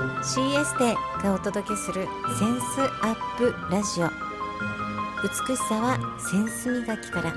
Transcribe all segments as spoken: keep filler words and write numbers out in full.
シーエス テがお届けするセンスアップラジオ。美しさはセンス磨きから。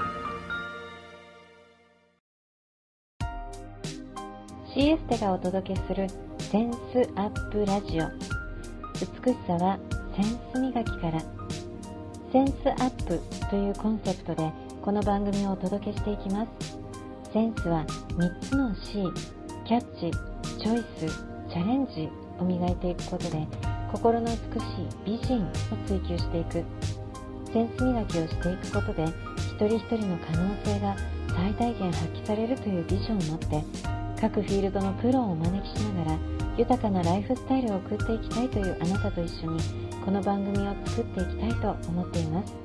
シーエス テがお届けするセンスアップラジオ。美しさはセンス磨きから。センスアップというコンセプトでこの番組をお届けしていきます。センスはみっつの C、 キャッチ、チョイス、チャレンジを磨いていくことで、心の美しい美人を追求していく。センス磨きをしていくことで、一人一人の可能性が最大限発揮されるというビジョンを持って、各フィールドのプロをお招きしながら豊かなライフスタイルを送っていきたいというあなたと一緒に、この番組を作っていきたいと思っています。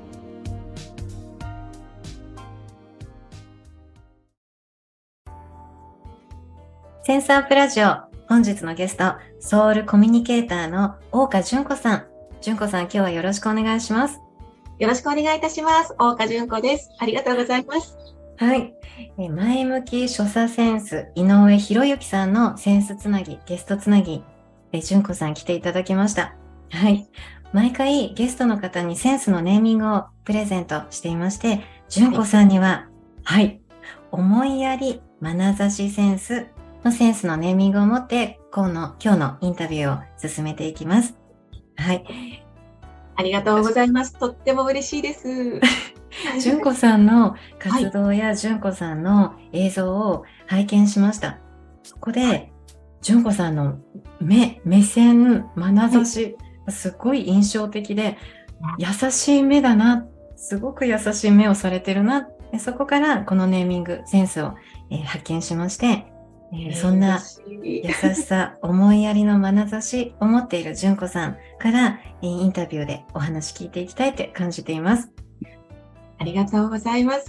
センスアップラジオ、本日のゲスト、ソウルコミュニケーターの大岡純子さん。純子さん、今日はよろしくお願いします。 よろしくお願いいたします。大岡純子です。ありがとうございます。 はい。前向き所作センス、井上博之さんのセンスつなぎ、ゲストつなぎ、純子さん来ていただきました。はい。毎回ゲストの方にセンスのネーミングをプレゼントしていまして、純子さんには、はい、はい、思いやり、眼差しセンスのセンスのネーミングを持って、今の、今日のインタビューを進めていきます。はい。 ありがとうございます。とっても嬉しいです。 純子さんの活動や純子さんの映像を拝見しました。そこで、純子さんの目、目線、眼差し、すごい印象的で、優しい目だな、すごく優しい目をされてるな。そこからこのネーミング、センスを、えー、発見しまして、えー、そんな優しさ、思いやりの眼差しを持っている純子さんから、えー、インタビューでお話聞いていきたいと感じています。 ありがとうございます。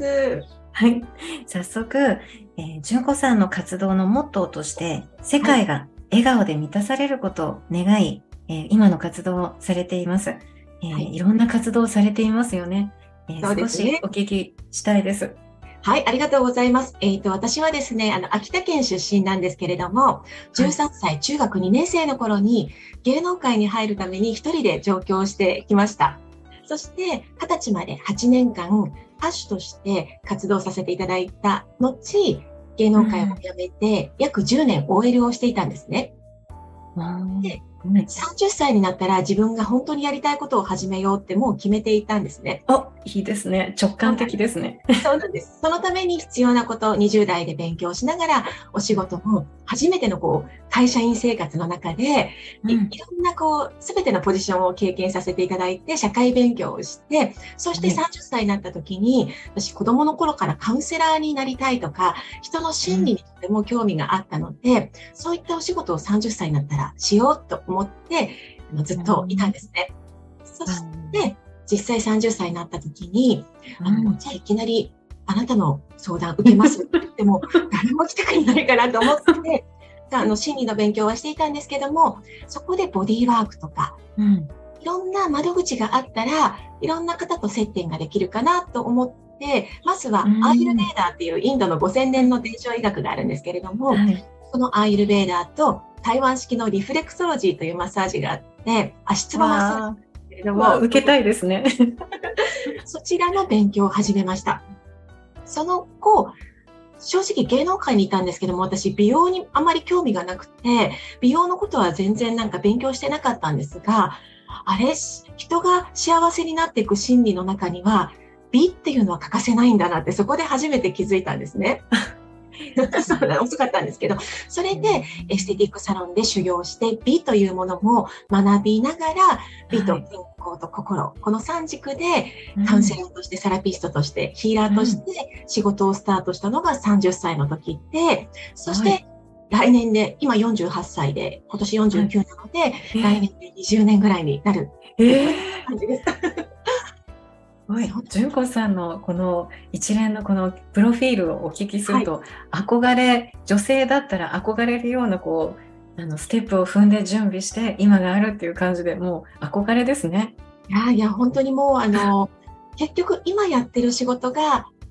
はい。早速、えー、純子さんの活動のモットーとして、世界が笑顔で満たされることを願い、えー、今の活動をされています。えーはい、いろんな活動をされていますよね。えー、少しお聞きしたいです。 はい、ありがとうございます。えっと、私はですね、あの、秋田県出身なんですけれども、じゅうさんさい、中学にねん生の頃に芸能界に入るために一人で上京してきました。そして、はたちまではちねんかん歌手として活動させていただいた後、芸能界を辞めて約じゅうねん オーエル をしていたんですね。でさんじゅっさいになったら自分が本当にやりたいことを始めようってもう決めていたんですね。 あ、いいですね。直感的ですね。 そうなんです。そのために必要なことをにじゅう代で勉強しながら、お仕事も初めてのこう会社員生活の中で、うん、い, いろんなこう全てのポジションを経験させていただいて、社会勉強をして、そしてさんじゅっさいになった時に、私子供の頃からカウンセラーになりたいとか、人の心理にとても興味があったので、うん、そういったお仕事をさんじゅっさいになったらしようと思ってずっといたんですね。うん、そして実際さんじゅっさいになった時に、あの、うん、じゃあいきなりあなたの相談受けますって言っても誰も来てくれないかなと思ってあの心理の勉強はしていたんですけども、そこでボディーワークとか、うん、いろんな窓口があったらいろんな方と接点ができるかなと思って、まずはアーユルベーダーっていうインドのごせんねんの伝承医学があるんですけれども、はい、そのアーユルベーダーと台湾式のリフレクソロジーというマッサージがあって、足つぼマッサージですけれども、 受けたいですね。 そちらの勉強を始めました。その後、正直芸能界にいたんですけども、私美容にあまり興味がなくて、美容のことは全然なんか勉強してなかったんですが、あれ、人が幸せになっていく心理の中には美っていうのは欠かせないんだなって、そこで初めて気づいたんですね。遅かったんですけど、それでエステティックサロンで修行して美というものも学びながら、美と健康と心、はい、この三軸でカウンセラーとして、セラピストとしてヒーラーとして仕事をスタートしたのがさんじゅっさいの時で、そして来年で、今よんじゅうはっさいで今年よんじゅうきゅうなので、はい、来年でにじゅうねんぐらいになるっていう感じです。えー純子さんのこの一連のこのプロフィールをお聞きすると、はい、憧れ、女性だったら憧れるようなこうあのステップを踏んで準備して今があるっていう感じで、もう憧れですね。 いやいや本当にもうあの結局今やってる仕事が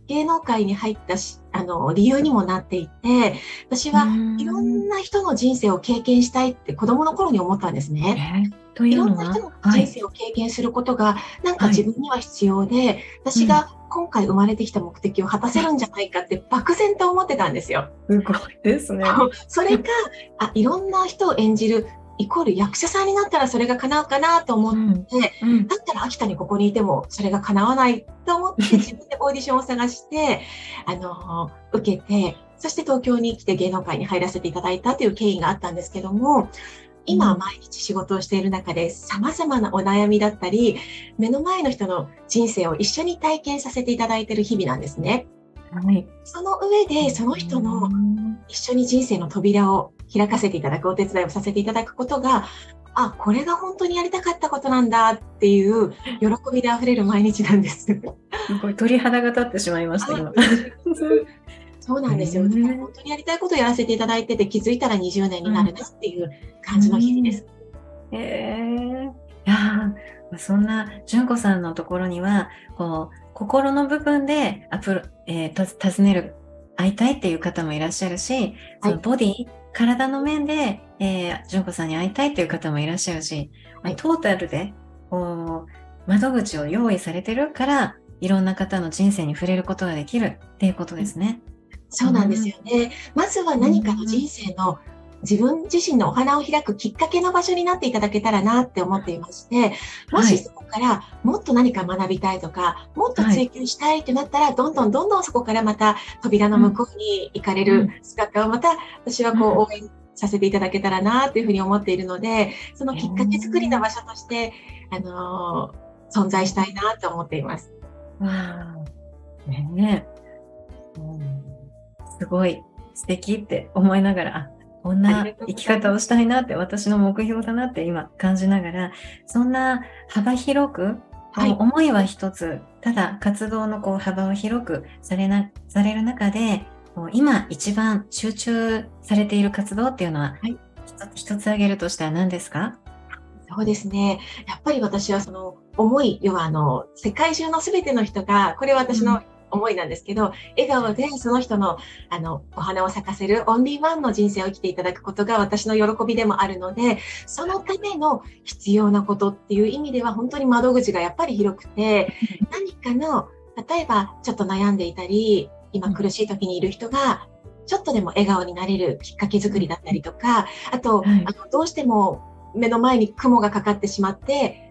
芸能界に入ったしあの理由にもなっていて、私はいろんな人の人生を経験したいって子供の頃に思ったんですね。 えー、といいうろのは、 んな人のはい、 人生を経験することが、なんかはい、 自分には必要で、私が今回生まれてきた目的を果たせるんじゃないかって漠然と思ってたんですよ。 すごいですね。 それが、あ、いろんな人を演じるイコール役者さんになったらそれが叶うかなと思って、 うん、うん、 だったら秋田にここにいてもそれが叶わないと思って自分でオーディションを探して、あの、受けて、そして東京に来て芸能界に入らせていただいたという経緯があったんですけども、今毎日仕事をしている中で様々なお悩みだったり、目の前の人の人生を一緒に体験させていただいている日々なんですね。 はい。 その上でその人の一緒に人生の扉を開かせていただくお手伝いをさせていただくことが、あ、これが本当にやりたかったことなんだっていう喜びであふれる毎日なんです。すごい鳥肌が立ってしまいました、今。 そうなんですよ。だから本当にやりたいことをやらせていただいてて、気づいたらにじゅうねんになるなっていう感じの日々です。 へえー、いやそんな純子さんのところには、こう心の部分でアプロ、えー、と尋ねる、会いたいっていう方もいらっしゃるし、そのボディ、はい、体の面で、えー、純子さんに会いたいっていう方もいらっしゃるし、はい、トータルでこう窓口を用意されてるから、いろんな方の人生に触れることができるっていうことですね。 そうなんですよね。うん、まずは何かの人生の自分自身のお花を開くきっかけの場所になっていただけたらなって思っていまして、もしそこからもっと何か学びたいとか、もっと追求したいってなったら、どんどんどんどんそこからまた扉の向こうに行かれる姿をまた私はこう応援させていただけたらなというふうに思っているので、そのきっかけ作りの場所として、あのー、存在したいなと思っています。 わあ、ねえ、うん、すごい素敵って思いながら、あ、こんな生き方をしたいなって私の目標だなって今感じながら、そんな幅広く、はい、思いは一つ、ただ活動のこう幅を広くされな、される中で、今一番集中されている活動っていうのは、はい、一つ挙げるとしたら何ですか？ そうですね。やっぱり私はその思い、要はあの、世界中のすべての人が、これは私の思いなんですけど、うん、笑顔でその人のあの、お花を咲かせるオンリーワンの人生を生きていただくことが私の喜びでもあるので、そのための必要なことっていう意味では本当に窓口がやっぱり広くて、何かの、例えばちょっと悩んでいたり、今苦しい時にいる人が、ちょっとでも笑顔になれるきっかけ作りだったりとか、あと、はい、あのどうしても目の前に雲がかかってしまって、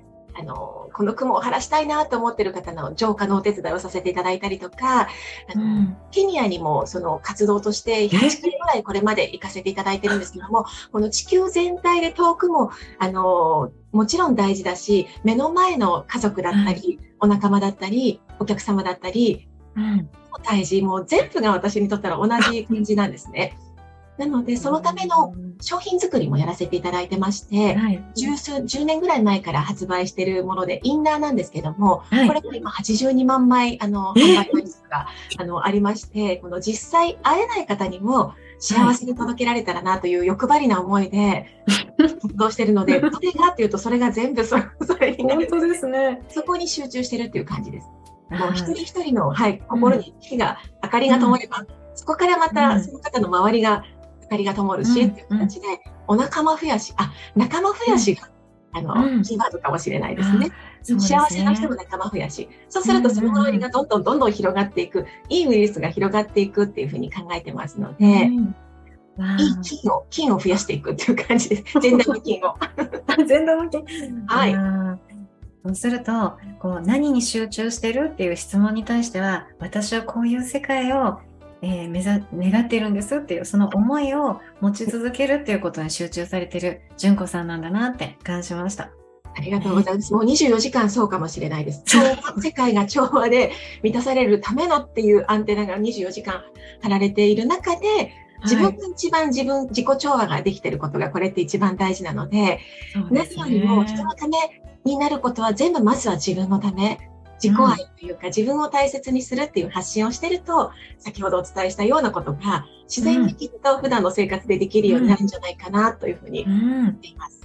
あの、この雲を晴らしたいなと思っている方の浄化のお手伝いをさせていただいたりとか、あの、うん、ケニアにもその活動としてはちかいぐらいこれまで行かせていただいてるんですけども、この地球全体で遠くも、あの、もちろん大事だし、目の前の家族だったり、はい、お仲間だったり、お客様だったり、うん、大事、もう全部が私にとったら同じ感じなんですね。なので、そのための商品作りもやらせていただいてまして、はい、十数、じゅうねんぐらい前から発売しているもので、インナーなんですけども、はい、これも今はちじゅうにまんまい、あの、販売枚数が、あの、ありまして、この実際会えない方にも幸せに届けられたらなという欲張りな思いで、活動しているので、どれがっていうと、それが全部それになる。 本当ですね。 そこに集中してるっていう感じです。もう一人一人の、はい、心に火が、うん、明かりが灯れば、うん、そこからまたその方の周りが、明かりが灯るし、うん、っていう形で、お仲間増やし、あ、仲間増やしが、うん、あの、うん、キーワードかもしれないですね。すね、幸せな人の仲間増やし。そうすると、その周りがどんどんどんどん広がっていく、いいウイルスが広がっていくっていうふうに考えてますので、うん、いい菌を、菌を増やしていくっていう感じです。善玉菌を。 善玉菌。 はい。 そうすると、こう、何に集中してるっていう質問に対しては、私はこういう世界をえー、目ざ願っているんですっていうその思いを持ち続けるっていうことに集中されている純子さんなんだなって感じました。 ありがとうございます。もうにじゅうよじかんそうかもしれないです。調和世界が調和で満たされるためのっていうアンテナがにじゅうよじかん張られている中で、自分が一番自分、自己調和ができていることがこれって一番大事なので、何よりも人のためになることは全部まずは自分のため。自己愛というか、うん、自分を大切にするっていう発信をしてると、先ほどお伝えしたようなことが自然にきっと普段の生活でできるようになるんじゃないかなというふうに思っています。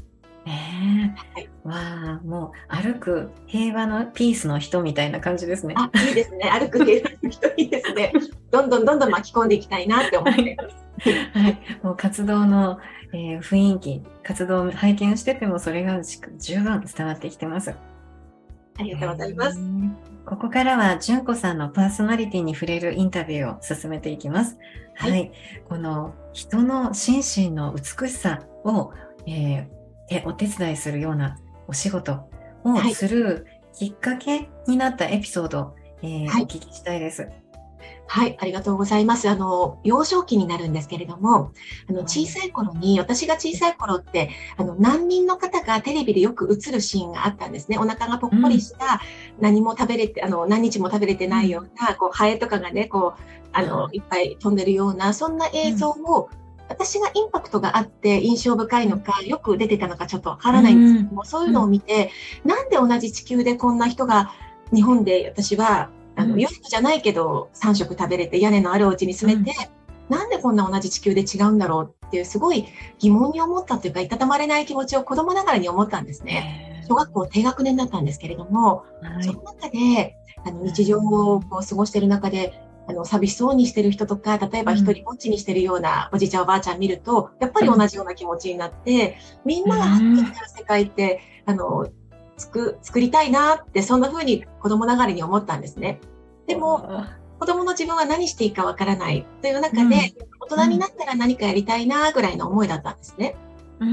ねはい、 え。わあ、もう歩く平和のピースの人みたいな感じですね。 あ、いいですね。歩く平和の人いいですね。どんどんどんどん巻き込んでいきたいなって思はい。 っています。 はい。もう活動の、えー雰囲気、活動を拝見しててもそれが十分伝わってきてます。へありがとうございます。 ーここからは純子さんのパーソナリティに触れるインタビューを進めていきます。 はい。 はい。この人の心身の美しさを、えーえお手伝いするようなお仕事をはい。 するきっかけになったエピソード、えーはい。 お聞きしたいです。 はい、ありがとうございます。あの、幼少期になるんですけれども、あの、小さい頃に、私が小さい頃って、あの、難民の方がテレビでよく映るシーンがあったんですね。お腹がぽっうん、 こりした、何も食べれて、あの、何日も食べれてうん、 ないような、こう、ハエとかがね、こう、あの、いっぱい飛んでるような、そんな映像うん、 を、私がインパクトがあって印象深いのか、よく出てたのかちょっとわかうらないんですけん、 ども、そういううん、 のを見て、なんで同じ地球でこんな人が日本で私はあの、 うん、 良い人じゃないけど、さん食食べれて、屋根のあるお家に住めて、 うん、 なんでこんな同じ地球で違うんだろうっていう、すごい疑問に思ったというか、いたたまれない気持ちを子供ながらに思ったんですね。小学校低学年だったんですけれども、 はい。 その中で、あの、 う日常をん、 こう過ごしている中で、あの、寂しそうにしてる人とか、例えば一うん、 人ぼっちにしてるようなおじいちゃんおばあちゃん見ると、やっぱり同うん、 じような気持ちになって、みんうながハッピーにん、 なる世界って、あの、作、作りたいなって、そんな風に子供ながらに思ったんですね。でも、 わ子供の自分は何していいかわからないといううん、 中で、大うん、 人になったら何かやりたいなぐらいの思いだったんですね。 うん、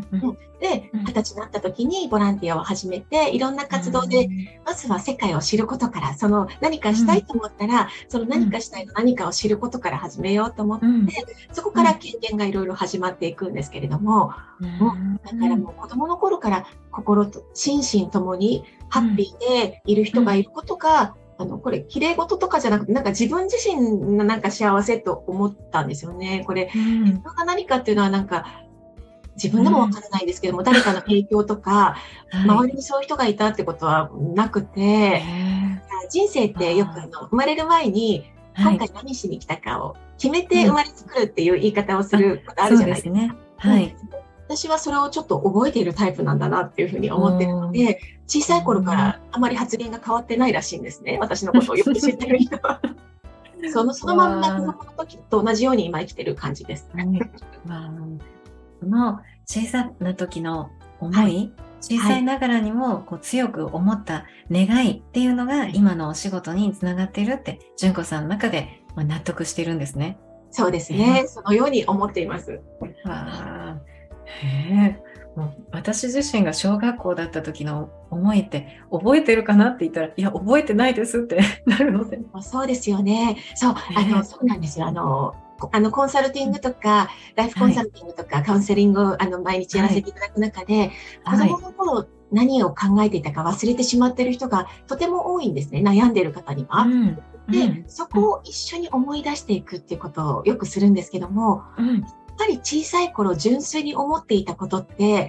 うん、 うん、で、 うん、 はたちになった時にボランティアを始めて、いろんなう活動で、 ん、 まずは世界を知ることから、その何かうん、 したいと思ったら、そのうん、 何かしたいの何かを知ることから始めようと思って、 うん、 そこから経験がいろいろ始まっていくんですけれども、 ううん、 ん、 だからもう子供の頃から心と心身ともにハッうん、 ピーでいる人がいることが、あの、これ、綺麗事とかじゃなくて、なんか自分自身のなんか幸せと思ったんですよね。これ、 うん、 人が何かっていうのはなんか、自分でもわうん、 からないんですけども、誰かの影響とか、 はい。 周りにそういう人がいたってことはなくえて、 え、 人生ってよくああの生まれる前に、 あ、はい。 今回何しに来たかを決めうん。 て生まれてくるっていう言い方をすあ、 ることあるそうじゃないですか。 ですね。 うん。 はい。 私はそれをちょっと覚えているタイプなんだなっていうふうに思っているのおー、 で、小うさい頃かん。 らあまり発言が変わってないらしいんですね。私のことをよく知ってる人は。その、そのまんま子わ供の時と同じように今生きてる感じです。 あ、はい。わあ、その小さな時のはい。 思い、小はい。 さいながらにもこう強く思った願いっていうのがはい。 今のお仕事につながっているって純子さんの中でまあ納得しているんですね。 そうですえね。そのように思っています。 ー、わあ、へえ、もう私自身が小学校だった時の思いって覚えてるかなって言ったら、いや、覚えてないですってなるので。 そうですよね。そう、あの、 ねそうなんですよ。あの、こあの、コンサルティえ、うん、 ングとか、ライフコンサはい、 ルティングとか、カウンセリングを、あの、毎日やらはい、 せていただく中で、子供はい。 の頃何を考えていたか忘れてしまっている人がとても多いんですね。悩んでいる方には。 うん、うで、 ん、 そうん、 こを一緒に思い出していくっていうことをよくするんですけども、 うん、 やっぱり小さい頃純粋に思っていたことって、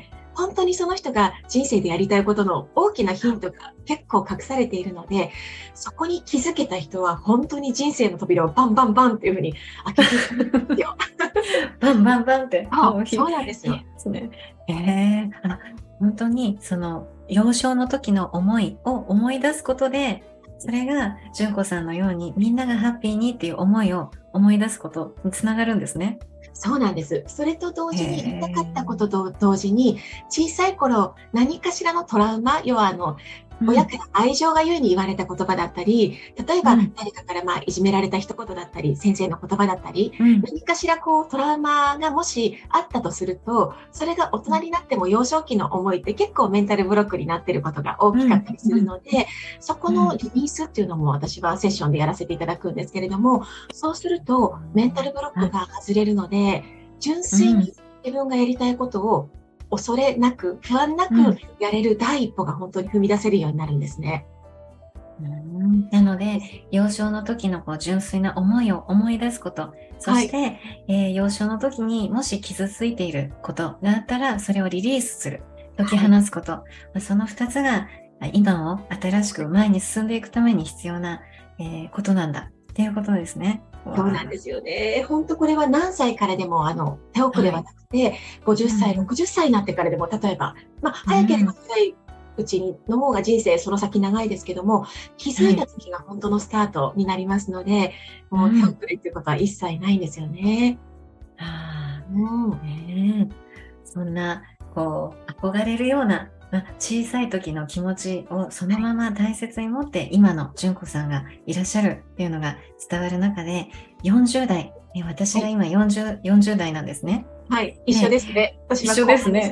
本当にその人が人生でやりたいことの大きなヒントが結構隠されているので、そこに気づけた人は本当に人生の扉をバンバンバンっていうふうに開けていくんですよ。 バンバンバンって、 そう、 もうひ、いそうなんですいよ。 ですね。ええ、あ、本当に、その、幼少の時の思いを思い出すことで、それが、純子さんのように、みんながハッピーにっていう思いを思い出すことにつながるんですね。 そうなんです。それと同へ時に言いたかったことえ。 と同時に、小さい頃何かしらのトラウマ、要はあの、 うん、 親から愛情がゆえに言われた言葉だったり、例えばうん、 誰かからまあいじめられた一言だったり、先生の言葉だったり、 うん、 何かしらこうトラウマがもしあったとすると、それが大うん、 人になっても幼少期の思いって結構メンタルブロックになっていることが大うん、 きかったりすうん、 るので、そこうん、 のリリースっていうのも私はセッションでやらせていただくんですけれども、そうするとメンタルブロックはい、 が外れるので、純うん、 粋に自分がやりたいことを恐れなく、不安なくうん。 やれる第一歩が本当に踏み出せるようになるんですね。 うん、なので、幼少の時のこう純粋な思いを思い出すこと、そはい。 して、えー幼少の時にもし傷ついていることがあったら、それをリリースする、解きはい。 放すこと、その二つがあ今を新しく前に進んでいくために必要な、えーことなんだっていうことですね。 そうなんですよね。本当これは何歳からでもあの手遅れはなくて、はい、ごじゅっさい、ろくじゅっさいになってからでも、例えば、まあ、早ければ早いうちにの方が人生その先長いですけども、気づいた時が本当のスタートになりますので、はい、もう手遅れっていうことは一切ないんですよね。 あうんね、そんなこう憧れるような小さい時の気持ちをそのまま大切に持って、はい、今の純子さんがいらっしゃるっていうのが伝わる中で、よんじゅう代、私が今 40,、はい、よんじゅう代なんですね。 はい、一緒ですね。私は一緒ですね。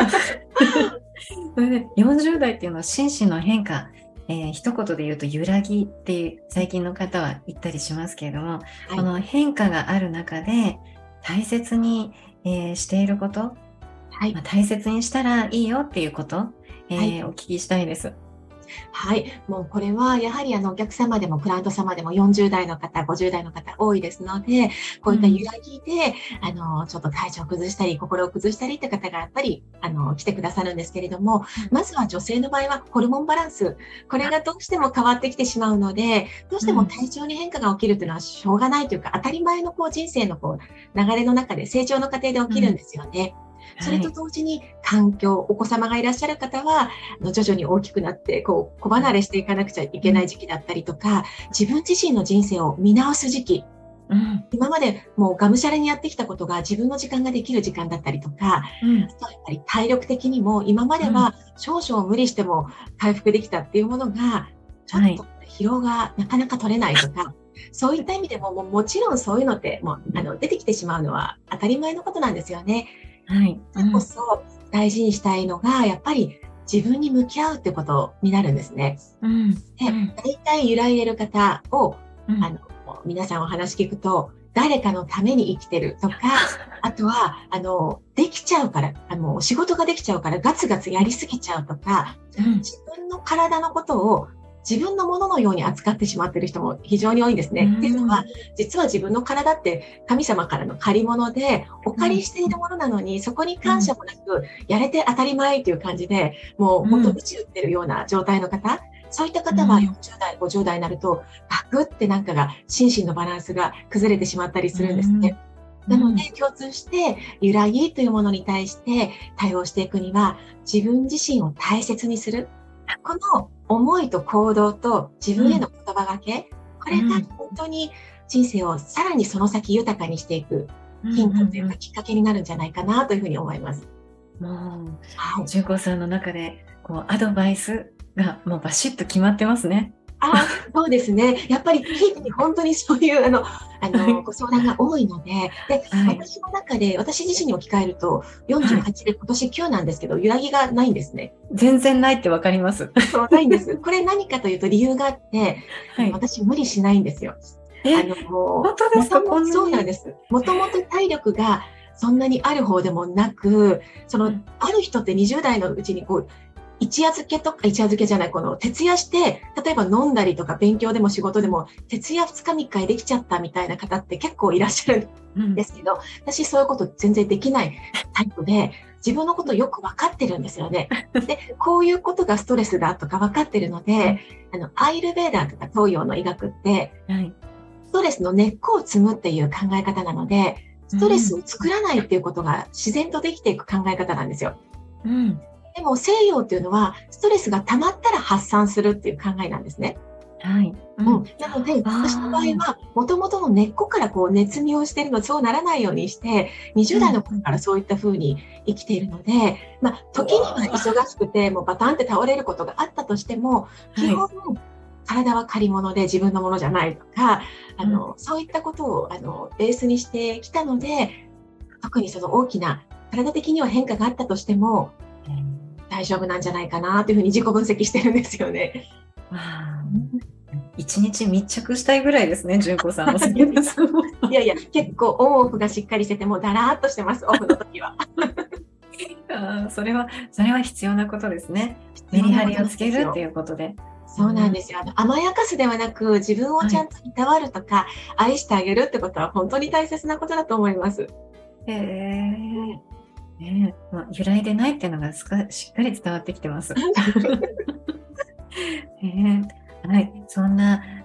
それでよんじゅう代っていうのは心身の変化、えー、一言で言うと揺らぎっていう最近の方は言ったりしますけれども、はい、この変化がある中で大切に、えー、していること、はいまあ、大切にしたらいいよっていうこと、えーはい、お聞きしたいです。 はい。もうこれはやはりあのお客様でもクライアント様でもよんじゅう代の方、ごじゅう代の方多いですので、こういった揺らぎで、うん、あの、ちょっと体調を崩したり、心を崩したりって方がやっぱり、あの、来てくださるんですけれども、まずは女性の場合はホルモンバランス。これがどうしても変わってきてしまうので、どうしても体調に変化が起きるというのはしょうがないというか、当たり前のこう人生のこう流れの中で成長の過程で起きるんですよね。うんそれと同時に環境、お子様がいらっしゃる方は、徐々に大きくなって、こう、子離れしていかなくちゃいけない時期だったりとか、自分自身の人生を見直す時期。うん、今までもうがむしゃらにやってきたことが自分の時間ができる時間だったりとか、うん、やっぱり体力的にも今までは少々無理しても回復できたっていうものが、ちょっと疲労がなかなか取れないとか、はいそういった意味でも、もうもちろんそういうのってもうあの出てきてしまうのは当たり前のことなんですよね。はい。だからこそ大事にしたいのが、やっぱり自分に向き合うってことになるんですね。うん、で、大体揺らいでる方を、うん、あの、皆さんお話聞くと、誰かのために生きてるとか、あとは、あの、できちゃうから、あの、仕事ができちゃうからガツガツやりすぎちゃうとか、うん、自分の体のことを自分のもののように扱ってしまっている人も非常に多いんですね。っていうのは、実は自分の体って神様からの借り物で、お借りしているものなのに、そこに感謝もなく、やれて当たり前という感じで、もう本当に打ち打ってるような状態の方、そういった方はよんじゅう代、ごじゅう代になると、ガクってなんかが、心身のバランスが崩れてしまったりするんですね。なので、共通して、揺らぎというものに対して対応していくには、自分自身を大切にする。この思いと行動と自分への言葉がけ、これが本当に人生をさらにその先豊かにしていくヒントというかきっかけになるんじゃないかなというふうに思います。 もう、はい、純子さんの中でこうアドバイスがもうバシッと決まってますね。 あそうですね。やっぱり日々に本当にそういうあのあのご相談が多いので、で、はい、私の中で私自身に置き換えるとよんじゅうはちで今年きゅうなんですけど、揺らぎがないんですね。 全然ないってわかります。 そうないんです。これ何かというと理由があって、はい、私無理しないんですよ。 あの本当ですか？ そうなんです。もともと体力がそんなにある方でもなく、その、うん、ある人ってにじゅう代のうちにこう一夜漬けとか、一夜漬けじゃない、この徹夜して、例えば飲んだりとか勉強でも仕事でも、徹夜ふつかみっかできちゃったみたいな方って結構いらっしゃるんですけど、うん、私そういうこと全然できないタイプで、自分のことよく分かってるんですよね。で、こういうことがストレスだとか分かってるので、あの、アイルベーダーとか東洋の医学って、はい、ストレスの根っこを積むっていう考え方なので、ストレスを作らないっていうことが自然とできていく考え方なんですよ。うんでも西洋っていうのはストレスが溜まったら発散するっていう考えなんですね。はい。うん。なので、私の場合は、もともとの根っこからこう熱味をしているので、そうならないようにして、にじゅう代の頃からそういった風に生きているので、まあ、時には忙しくて、もうバタンって倒れることがあったとしても、基本、体は借り物で自分のものじゃないとか、あの、そういったことを、あの、ベースにしてきたので、特にその大きな、体的には変化があったとしても、大丈夫なんじゃないかなというふうに自己分析してるんですよね。 一日密着したいぐらいですね、純子さんも。 いやいや、結構オンオフがしっかりしててもだらーっとしてます、オフの時は。 あそれは、それは必要なことですね。メリハリをつけるっていうことで。 そうなんですよ。あの甘やかすではなく、自分をちゃんといたわるとか、はい、愛してあげるってことは本当に大切なことだと思います。 へー。ねえ、まあ、揺らいでないっていうのがしっかり伝わってきてます。えーはい、そんな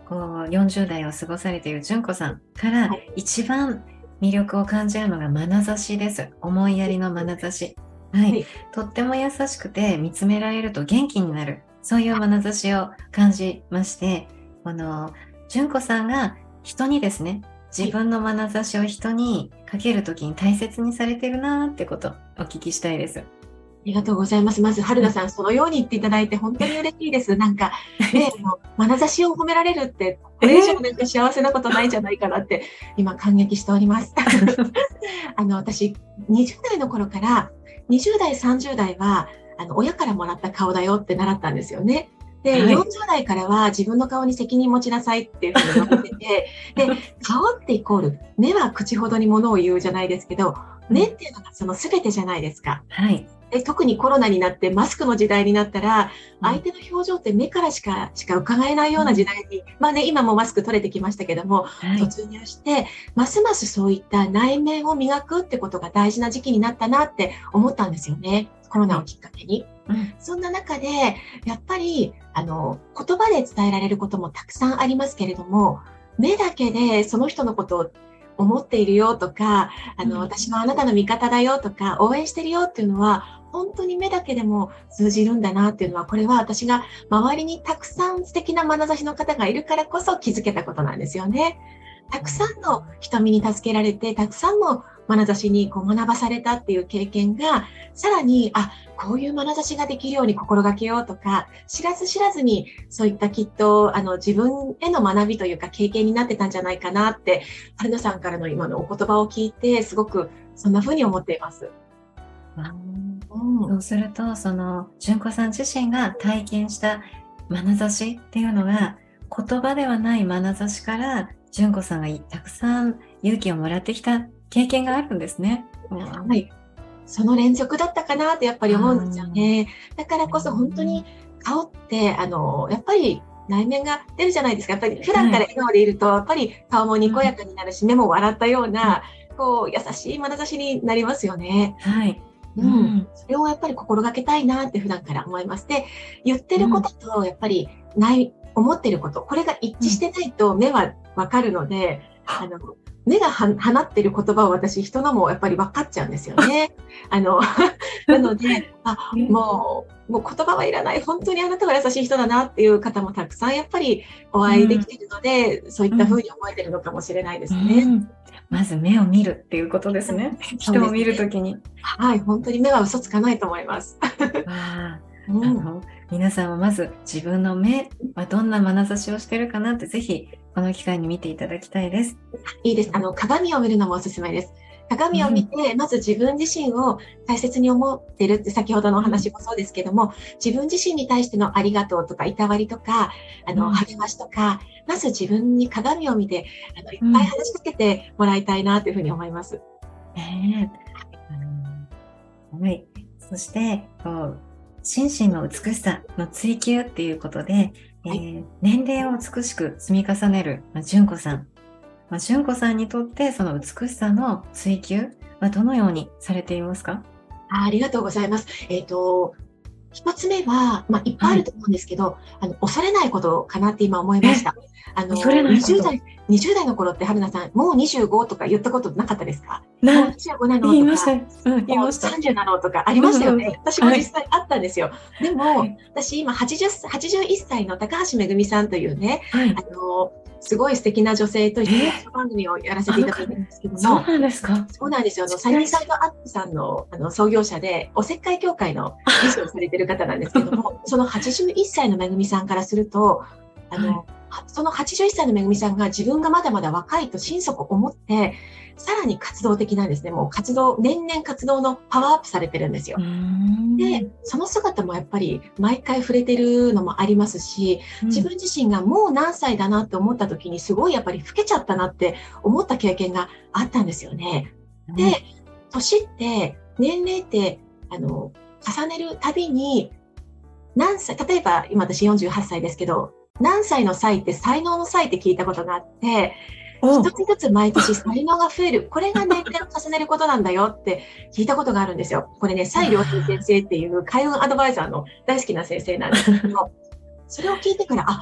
こうよんじゅう代を過ごされている純子さんから一番魅力を感じるのが眼差しです。思いやりの眼差し。はい。はい、とっても優しくて見つめられると元気になる。そういう眼差しを感じまして、この純子さんが人にですね、自分の眼差しを人にかけるときに大切にされてるなってことをお聞きしたいです。ありがとうございます。まず、春菜さん、そのように言っていただいて本当に嬉しいです。なんか、ね、眼差しを褒められるって、これ以上なんか幸せなことないんじゃないかなって、今感激しております。あの、私、にじゅう代の頃から、にじゅう代、さんじゅう代は、あの、親からもらった顔だよって習ったんですよね。で、はい、よんじゅう代からは自分の顔に責任持ちなさいっていうふうに言われてて、で、顔ってイコール、目は口ほどに物を言うじゃないですけど、目っていうのがその全てじゃないですか。はい。で、特にコロナになってマスクの時代になったら、相手の表情って目からしか、しか伺えないような時代に、まあね、今もマスク取れてきましたけども、はい、突入して、ますますそういった内面を磨くってことが大事な時期になったなって思ったんですよね。コロナをきっかけに。うん、そんな中で、やっぱり、あの、言葉で伝えられることもたくさんありますけれども、目だけでその人のことを思っているよとか、あの、うん、私はあなたの味方だよとか、応援してるよっていうのは、本当に目だけでも通じるんだなっていうのは、これは私が周りにたくさん素敵な眼差しの方がいるからこそ気づけたことなんですよね。たくさんの瞳に助けられて、たくさんの眼差しにこう学ばされたっていう経験が、さらに、あ、こういう眼差しができるように心がけようとか、知らず知らずにそういったきっと、あの、自分への学びというか経験になってたんじゃないかなって、春菜さんからの今のお言葉を聞いて、すごくそんな風に思っています。 うん、そうすると、その、純子さん自身が体験した眼差しっていうのが、言葉ではない眼差しから、純子さんがたくさん勇気をもらってきた経験があるんですね。 うん、はい。その連続だったかなってやっぱり思うんですよね。だからこそ本当に顔って、あの、やっぱり内面が出るじゃないですか。やっぱり普段から笑顔でいると、やっぱり顔もにこやかになるし、目も笑ったような、こう、優しい眼差しになりますよね。はい。うん。それをやっぱり心がけたいなって普段から思います。で、言ってることと、やっぱりない、思ってること、これが一致してないと目はわかるので、あの、目が放ってる言葉を私、人のもやっぱり分かっちゃうんですよね。あの、なので、あ、もう、もう言葉はいらない。本当にあなたは優しい人だなっていう方もたくさんやっぱりお会いできているので、うん、そういった風に思えてるのかもしれないですね。 うん、まず目を見るっていうことですね。人を見るときに、ね。 はい、本当に目は嘘つかないと思います。 あうん、あの皆さんもまず自分の目はどんな眼差しをしてるかなってぜひこの機会に見ていただきたいです。 いいです。あの、鏡を見るのもおすすめです。鏡を見て、うん、まず自分自身を大切に思ってるって先ほどのお話もそうですけども、自分自身に対してのありがとうとかいたわりとか、あの、励ましとか、まず自分に鏡を見て、あの、いっぱい話しかけてもらいたいなというふうに思います。 うん、えー、はい。そして、こう、心身の美しさの追求っていうことで、えー、年齢を美しく積み重ねる、まあ、純子さん。まあ、純子さんにとってその美しさの追求はどのようにされていますか？ あ、ありがとうございます。えっと、一つ目は、まあ、いっぱいあると思うんですけど、はい、あの、恐れないことかなって今思いました。あの、にじゅう代、にじゅう代の頃って春菜さん、もうにじゅうごとか言ったことなかったですか？もうにじゅうごなのとか、 言いました。うん、言いました。 さんじゅうなのとかありましたよね。うん、私も実際あったんですよ。はい、でも、はい、私今はちじゅう、はちじゅういっさいの高橋めぐみさんというね、はい、あの、すごい素敵な女性と一緒に番組をやらせていただいてるんですけども。 そうなんですか？ そうなんですよ。あの、サニーサイドアップさんの、あの、創業者で、おせっかい協会の理事をされてる方なんですけども、そのはちじゅういっさいのめぐみさんからすると、あの、はい、そのはちじゅういっさいのめぐみさんが自分がまだまだ若いと心底思って、さらに活動的なんですね。もう活動、年々活動のパワーアップされてるんですよ。で、その姿もやっぱり毎回触れてるのもありますし、自分自身がもう何歳だなって思った時にすごいやっぱり老けちゃったなって思った経験があったんですよね。で、年って、年齢って、あの、重ねるたびに、何歳、例えば今私よんじゅうはっさいですけど、何歳の歳って才能の歳って聞いたことがあって、一つずつ毎年才能が増える。これが年齢を重ねることなんだよって聞いたことがあるんですよ。これね、蔡良平先生っていう開運アドバイザーの大好きな先生なんですけど、それを聞いてから、あ、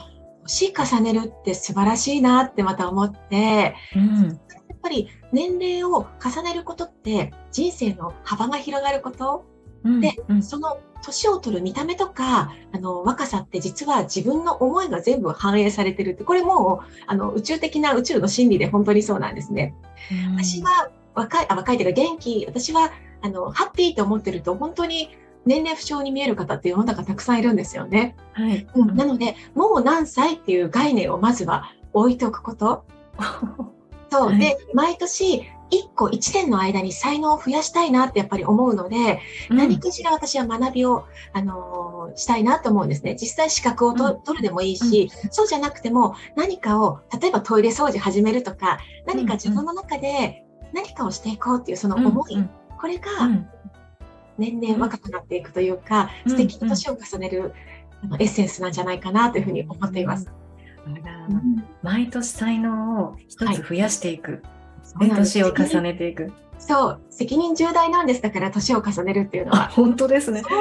年重ねるって素晴らしいなってまた思って、うん、やっぱり年齢を重ねることって人生の幅が広がること、うん、で、うん、その年を取る見た目とか、あの、若さって実は自分の思いが全部反映されてるって、これもう、あの、宇宙的な宇宙の真理で本当にそうなんですね。うん、私は若い、あ、若いというか元気、私は、あの、ハッピーと思ってると本当に年齢不詳に見える方って世の中たくさんいるんですよね。はい。うん、なので、もう何歳っていう概念をまずは置いておくこと。そう。はい、で、毎年いっこいちねんの間に才能を増やしたいなってやっぱり思うので、うん、何かしら私は学びを、あのー、したいなと思うんですね。実際資格をと、うん、取るでもいいし、うん、そうじゃなくても何かを、例えばトイレ掃除始めるとか、何か自分の中で何かをしていこうっていうその思い、うん、これが、年々若くなっていくというか、うん、素敵な年を重ねる、うん、あのエッセンスなんじゃないかなというふうに思っています。 うんうん、毎年才能を一つ増やしていく。はい、で年を重ねていく。 そう、責任重大なんです。だから年を重ねるっていうのは。 本当ですね。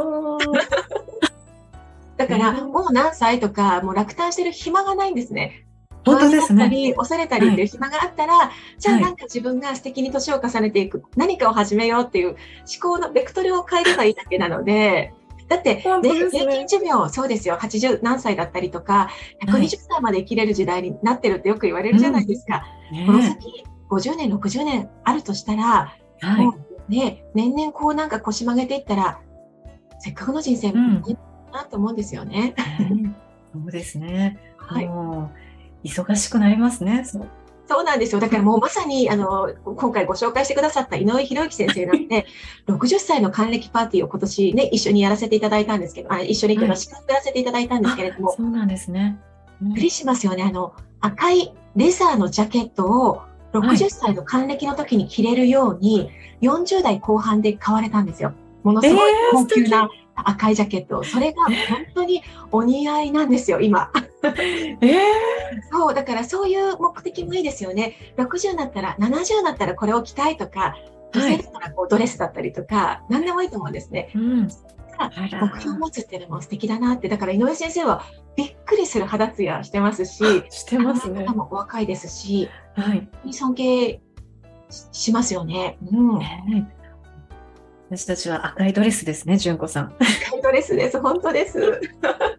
だから、もう何歳とか、もう落胆してる暇がないんですね。 本当ですね。 り恐れたりっていう暇があったら、はい、じゃあなんか自分が素敵に年を重ねていく、はい、何かを始めようっていう思考のベクトルを変えればいいだけなので、だって、ね、平均寿命、そうですよ、はちじゅう何歳だったりとか、ひゃくにじゅっさいまで生きれる時代になってるってよく言われるじゃないですか。うんね、この先、ごじゅうねん、ろくじゅうねんあるとしたら、はい、もうね、年々こうなんか腰曲げていったら、せっかくの人生もいいなと思うんですよね。 うん、そうですね。はい。もう忙しくなりますね。 そうそうなんですよ。だからもうまさに、あの、今回ご紹介してくださった井上博之先生なんて、ろくじゅっさいの還暦パーティーを今年ね、一緒にやらせていただいたんですけど、あ一緒にというのは資格やらせていただいたんですけれども。 そうなんですね。 びっくりしますよね。あの、赤いレザーのジャケットをろくじゅっさいの還暦の時に着れるように、よんじゅう代後半で買われたんですよ。ものすごい高級な赤いジャケット。それが本当にお似合いなんですよ、今。えー、そう、だからそういう目的もいいですよね。ろくじゅうになったら、ななじゅうになったらこれを着たいとか、女性だったらこうドレスだったりとか、はい、何でもいいと思うんですね。うん、目標を持つっていうのも素敵だなって。だから井上先生はびっくりする肌ツヤしてますし、 してますね。 方もお若いですし、はい、尊敬しますよね。うん。 私たちは赤いドレスですね、純子さん。 赤いドレスです。本当です。ね、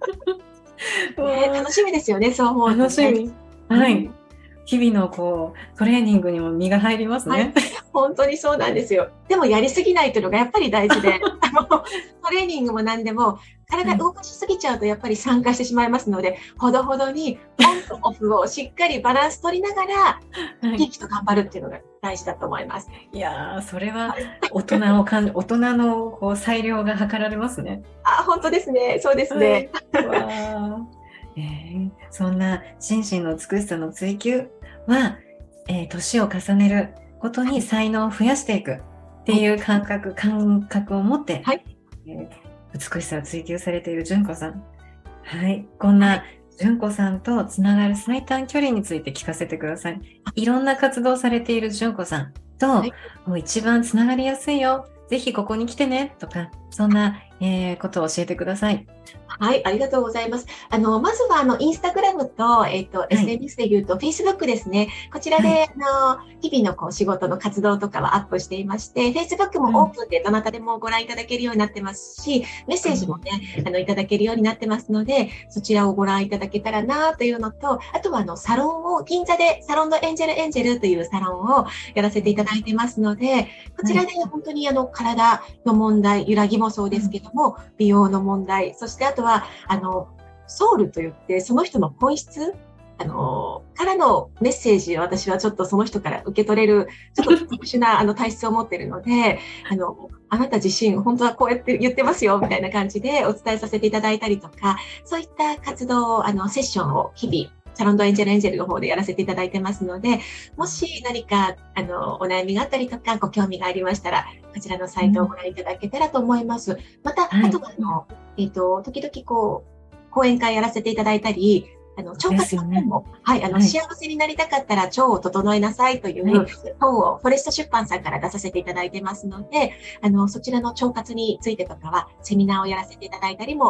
楽しみですよね、そう思うと、ね。 楽しみ。はい。日々のこうトレーニングにも身が入りますね。はい、 本当にそうなんですよ。でもやりすぎないというのがやっぱり大事で、あのトレーニングも何でも体動かしすぎちゃうとやっぱり酸化してしまいますので、ほどほどにオンとオフをしっかりバランス取りながら生き生きと頑張るっていうのが大事だと思います。 いやー、それは大人をかん大人のこう裁量が図られますね。 あ、本当ですね。そうですね。 はい、わえー、そんな心身の美しさの追求は、えー、年を重ねることに才能を増やしていくっていう感覚、はい、感覚を持って、はいえー、美しさを追求されている純子さん。はい。こんな純子さんとつながる最短距離について聞かせてください。いろんな活動されている純子さんと、はい、もう一番つながりやすいよ。ぜひここに来てねとか、そんな、えー、ことを教えてください。 はい、ありがとうございます。あの、まずは、あの、インスタグラムと、えっと、はい、エスエヌエス で言うと、Facebook ですね。こちらで、はい、あの、日々のこう仕事の活動とかはアップしていまして、Facebook もオープンでどなたでもご覧いただけるようになってますし、メッセージもね、あの、いただけるようになってますので、そちらをご覧いただけたらなというのと、あとは、あの、サロンを、銀座でサロンドエンジェルエンジェルというサロンをやらせていただいてますので、こちらで本当にあの、体の問題、揺らぎもそうですけども、美容の問題、そしてあとは、あの、ソウルといって、その人の本質、あの、からのメッセージを私はちょっとその人から受け取れる、ちょっと特殊なあの体質を持っているので、あの、あなた自身、本当はこうやって言ってますよ、みたいな感じでお伝えさせていただいたりとか、そういった活動を、あの、セッションを日々、サロンドエンジェルエンジェルの方でやらせていただいてますので、もし何か、あの、お悩みがあったりとか、ご興味がありましたら、こちらのサイトをご覧いただけたらと思います。また、あとは、あの、えっと、時々こう、講演会やらせていただいたり、あの、腸活の本も、ね、はい、あの、はい、幸せになりたかったら腸を整えなさいという本をフォレスト出版さんから出させていただいてますので、あの、そちらの腸活についてとかはセミナーをやらせていただいたりも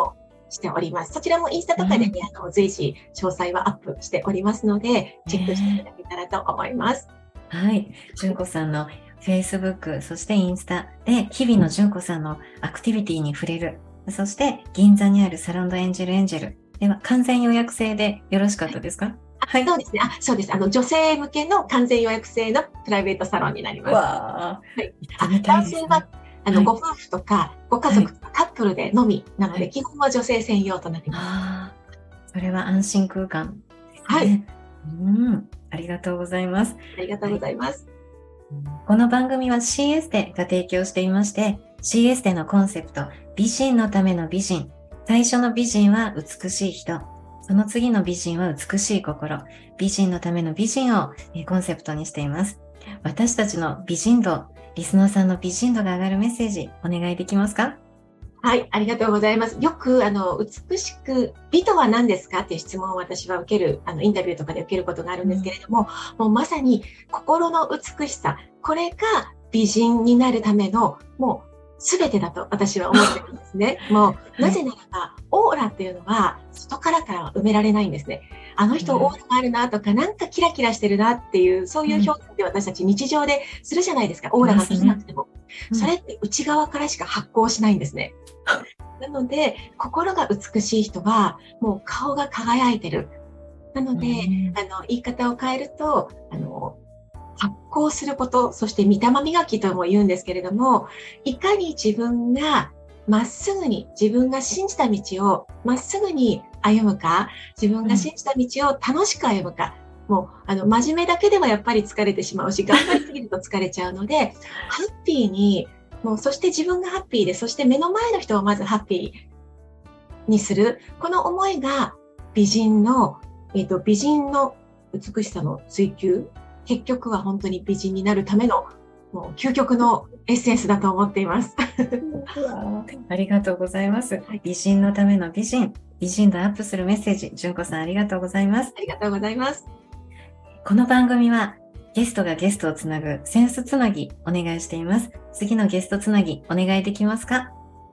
しております。そちらもインスタとかで、ね、うん、あの随時詳細はアップしておりますので、チェックしていただけたらと思います。 えー、はい。純子さんの Facebook、そしてインスタで日々の純子さんのアクティビティに触れる。そして銀座にあるサロンドエンジェルエンジェルでは完全予約制でよろしかったですか？ はい。そうですね。あ、そうです。あの、女性向けの完全予約制のプライベートサロンになります。 わー。はい。 あ、男性は、あの、はい、ご夫婦とか、ご家族とかカップルでのみなので、はい、基本は女性専用となっています。 あー、それは安心空間ですね。 はい。 うん。ありがとうございます。 ありがとうございます。 はい、この番組は シーエス テが提供していまして、シーエス テのコンセプト、美人のための美人。最初の美人は美しい人。その次の美人は美しい心。美人のための美人をコンセプトにしています。私たちの美人度、リスナーさんの美人度が上がるメッセージ、お願いできますか？ はい、ありがとうございます。よく、あの、美しく、美とは何ですかっていう質問を私は受ける、あの、インタビューとかで受けることがあるんですけれども、うん、もうまさに心の美しさ、これが美人になるための、もう、すべてだと私は思ってるんですね。もう、なぜならば、オーラっていうのは、外からからは埋められないんですね。あの人オーラがあるなとか、なんかキラキラしてるなっていう、そういう表現で私たち日常でするじゃないですか。オーラが見えなくても。それって内側からしか発光しないんですね。なので、心が美しい人は、もう顔が輝いてる。なので、あの、言い方を変えると、あの、発光すること、そして御霊磨きとも言うんですけれども、いかに自分がまっすぐに、自分が信じた道をまっすぐに歩むか、自分が信じた道を楽しく歩むか、うん、もう、あの、真面目だけではやっぱり疲れてしまうし、頑張りすぎると疲れちゃうので、ハッピーに、もう、そして自分がハッピーで、そして目の前の人をまずハッピーにする。この思いが美人の、えっと、美人の美しさの追求。結局は本当に美人になるための、もう究極のエッセンスだと思っています。 ありがとうございます。美人のための美人、美人度アップするメッセージ、純子さんありがとうございます。 ありがとうございます。 この番組はゲストがゲストをつなぐセンスつなぎお願いしています。次のゲストつなぎお願いできますか？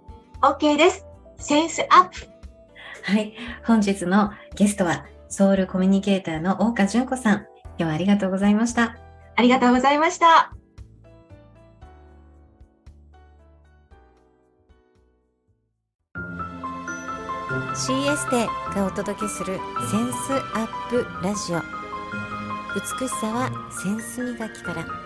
OK です。センスアップ。 はい。本日のゲストはソウルコミュニケーターの大岡純子さん。今日はありがとうございました。 ありがとうございました。 シーエス テがお届けするセンスアップラジオ。美しさはセンス磨きから。